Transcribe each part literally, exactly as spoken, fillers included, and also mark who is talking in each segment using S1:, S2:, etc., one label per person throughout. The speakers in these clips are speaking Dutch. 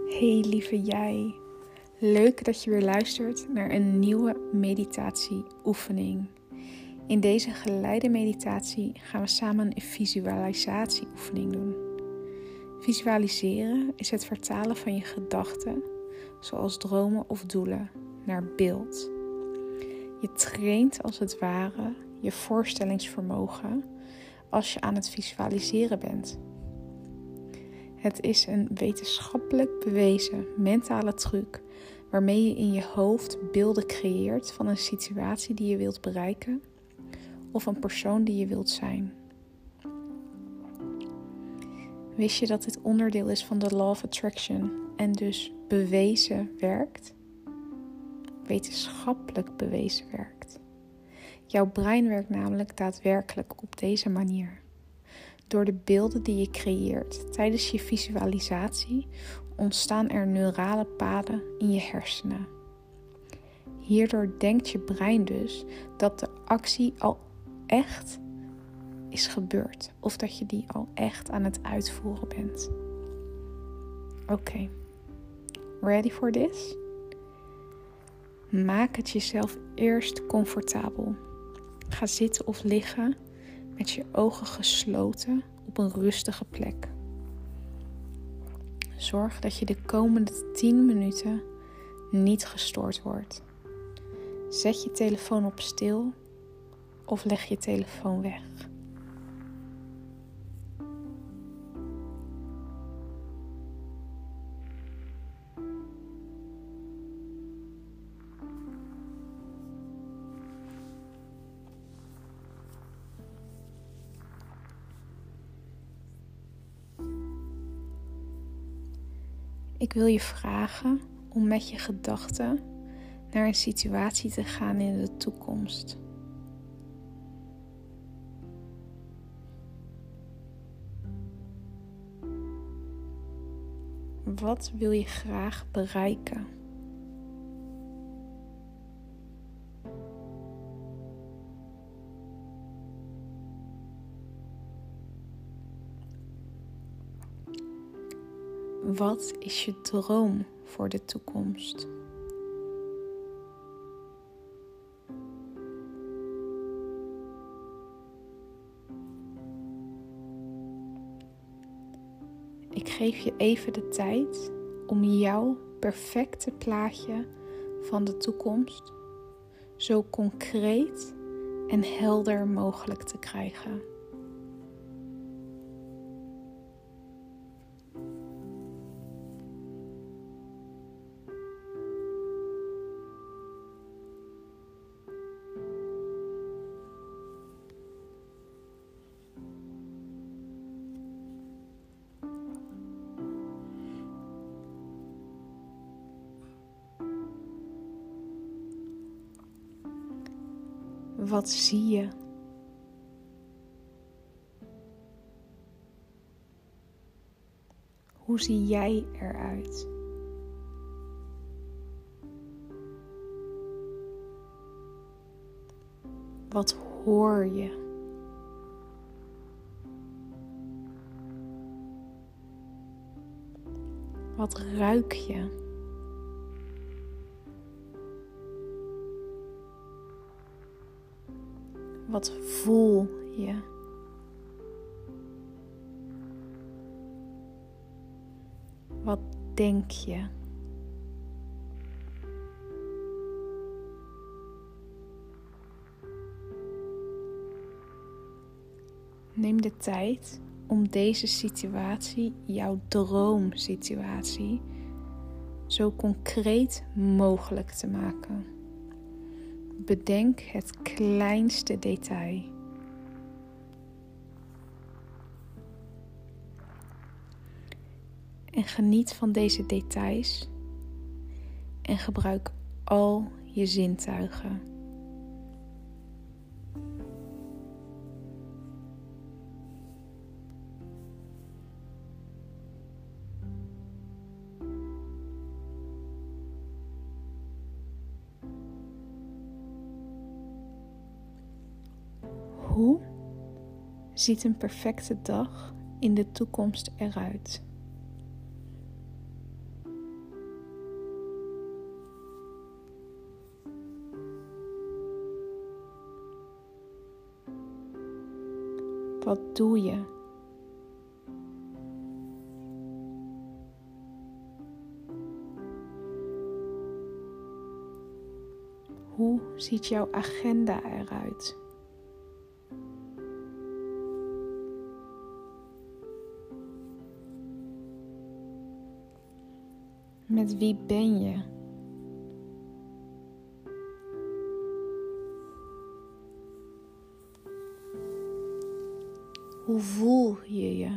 S1: Hey lieve jij, leuk dat je weer luistert naar een nieuwe meditatieoefening. In deze geleide meditatie gaan we samen een visualisatieoefening doen. Visualiseren is het vertalen van je gedachten, zoals dromen of doelen, naar beeld. Je traint als het ware je voorstellingsvermogen als je aan het visualiseren bent. Het is een wetenschappelijk bewezen mentale truc waarmee je in je hoofd beelden creëert van een situatie die je wilt bereiken of een persoon die je wilt zijn. Wist je dat dit onderdeel is van de Law of Attraction en dus bewezen werkt? Wetenschappelijk bewezen werkt. Jouw brein werkt namelijk daadwerkelijk op deze manier. Door de beelden die je creëert tijdens je visualisatie ontstaan er neurale paden in je hersenen. Hierdoor denkt je brein dus dat de actie al echt is gebeurd of dat je die al echt aan het uitvoeren bent. Oké, okay. Ready for this? Maak het jezelf eerst comfortabel. Ga zitten of liggen met je ogen gesloten op een rustige plek. Zorg dat je de komende tien minuten niet gestoord wordt. Zet je telefoon op stil of leg je telefoon weg. Ik wil je vragen om met je gedachten naar een situatie te gaan in de toekomst. Wat wil je graag bereiken? Wat is je droom voor de toekomst? Ik geef je even de tijd om jouw perfecte plaatje van de toekomst zo concreet en helder mogelijk te krijgen. Wat zie je? Hoe zie jij eruit? Wat hoor je? Wat ruik je? Wat voel je? Wat denk je? Neem de tijd om deze situatie, jouw droomsituatie, zo concreet mogelijk te maken. Bedenk het kleinste detail. En geniet van deze details en gebruik al je zintuigen. Hoe ziet een perfecte dag in de toekomst eruit? Wat doe je? Hoe ziet jouw agenda eruit? Met wie ben je? Hoe voel je je?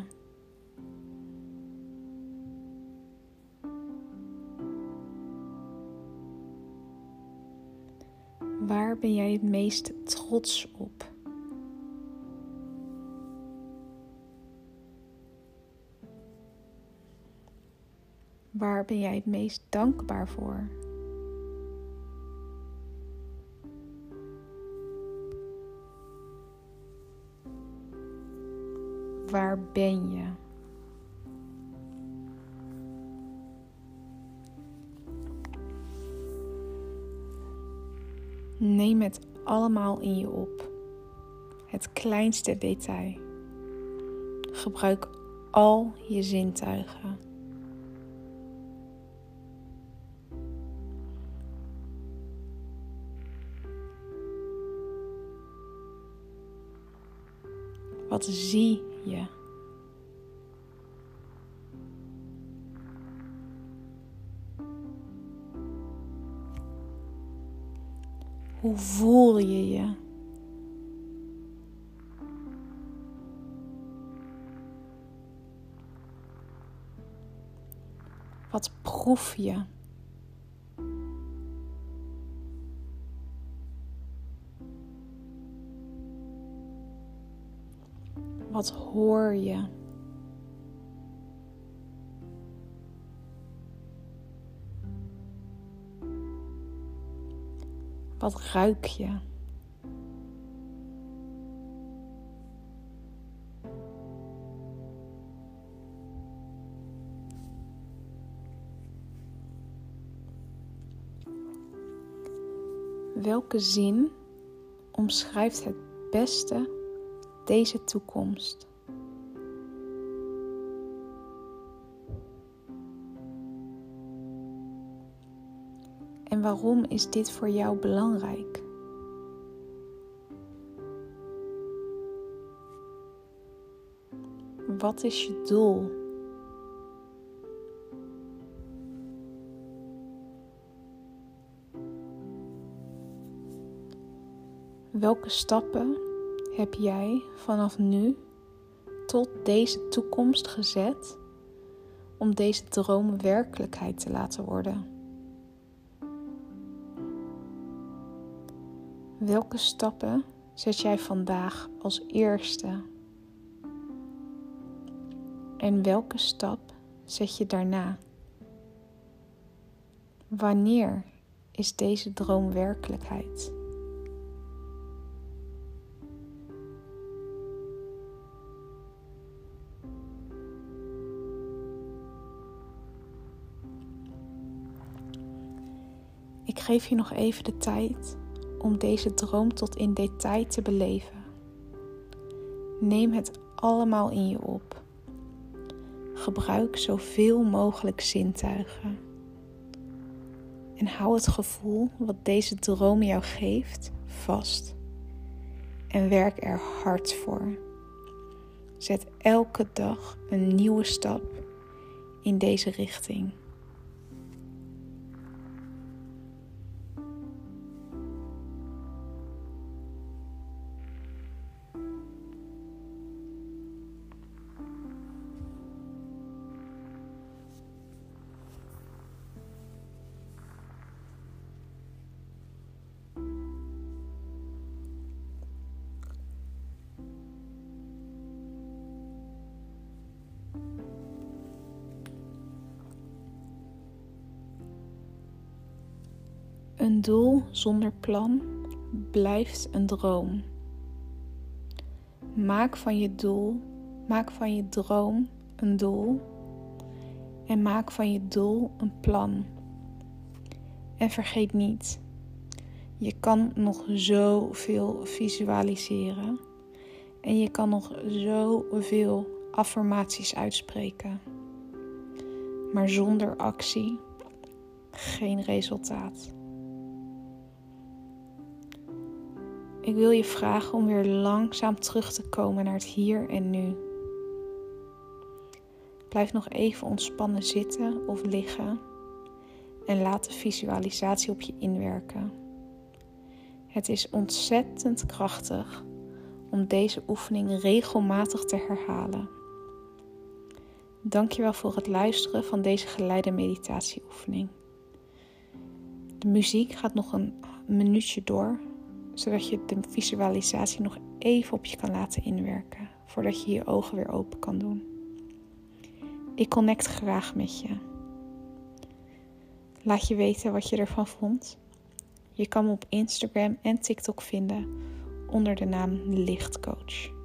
S1: Waar ben jij het meest trots op? Waar ben jij het meest dankbaar voor? Waar ben je? Neem het allemaal in je op. Het kleinste detail. Gebruik al je zintuigen. Wat zie je? Hoe voel je je? Wat proef je? Wat hoor je? Wat ruik je? Welke zin omschrijft het beste deze toekomst? En waarom is dit voor jou belangrijk? Wat is je doel? Welke stappen heb jij vanaf nu tot deze toekomst gezet om deze droom werkelijkheid te laten worden? Welke stappen zet jij vandaag als eerste? En welke stap zet je daarna? Wanneer is deze droom werkelijkheid? Ik geef je nog even de tijd om deze droom tot in detail te beleven. Neem het allemaal in je op. Gebruik zoveel mogelijk zintuigen. En hou het gevoel wat deze droom jou geeft vast. En werk er hard voor. Zet elke dag een nieuwe stap in deze richting. Een doel zonder plan blijft een droom. Maak van je doel, maak van je droom een doel en maak van je doel een plan. En vergeet niet, je kan nog zoveel visualiseren En je kan nog zoveel affirmaties uitspreken. Maar zonder actie geen resultaat. Ik wil je vragen om weer langzaam terug te komen naar het hier en nu. Blijf nog even ontspannen zitten of liggen en laat de visualisatie op je inwerken. Het is ontzettend krachtig om deze oefening regelmatig te herhalen. Dankjewel voor het luisteren van deze geleide meditatieoefening. De muziek gaat nog een minuutje door, zodat je de visualisatie nog even op je kan laten inwerken, voordat je je ogen weer open kan doen. Ik connect graag met je. Laat je weten wat je ervan vond. Je kan me op Instagram en TikTok vinden onder de naam Lichtcoach.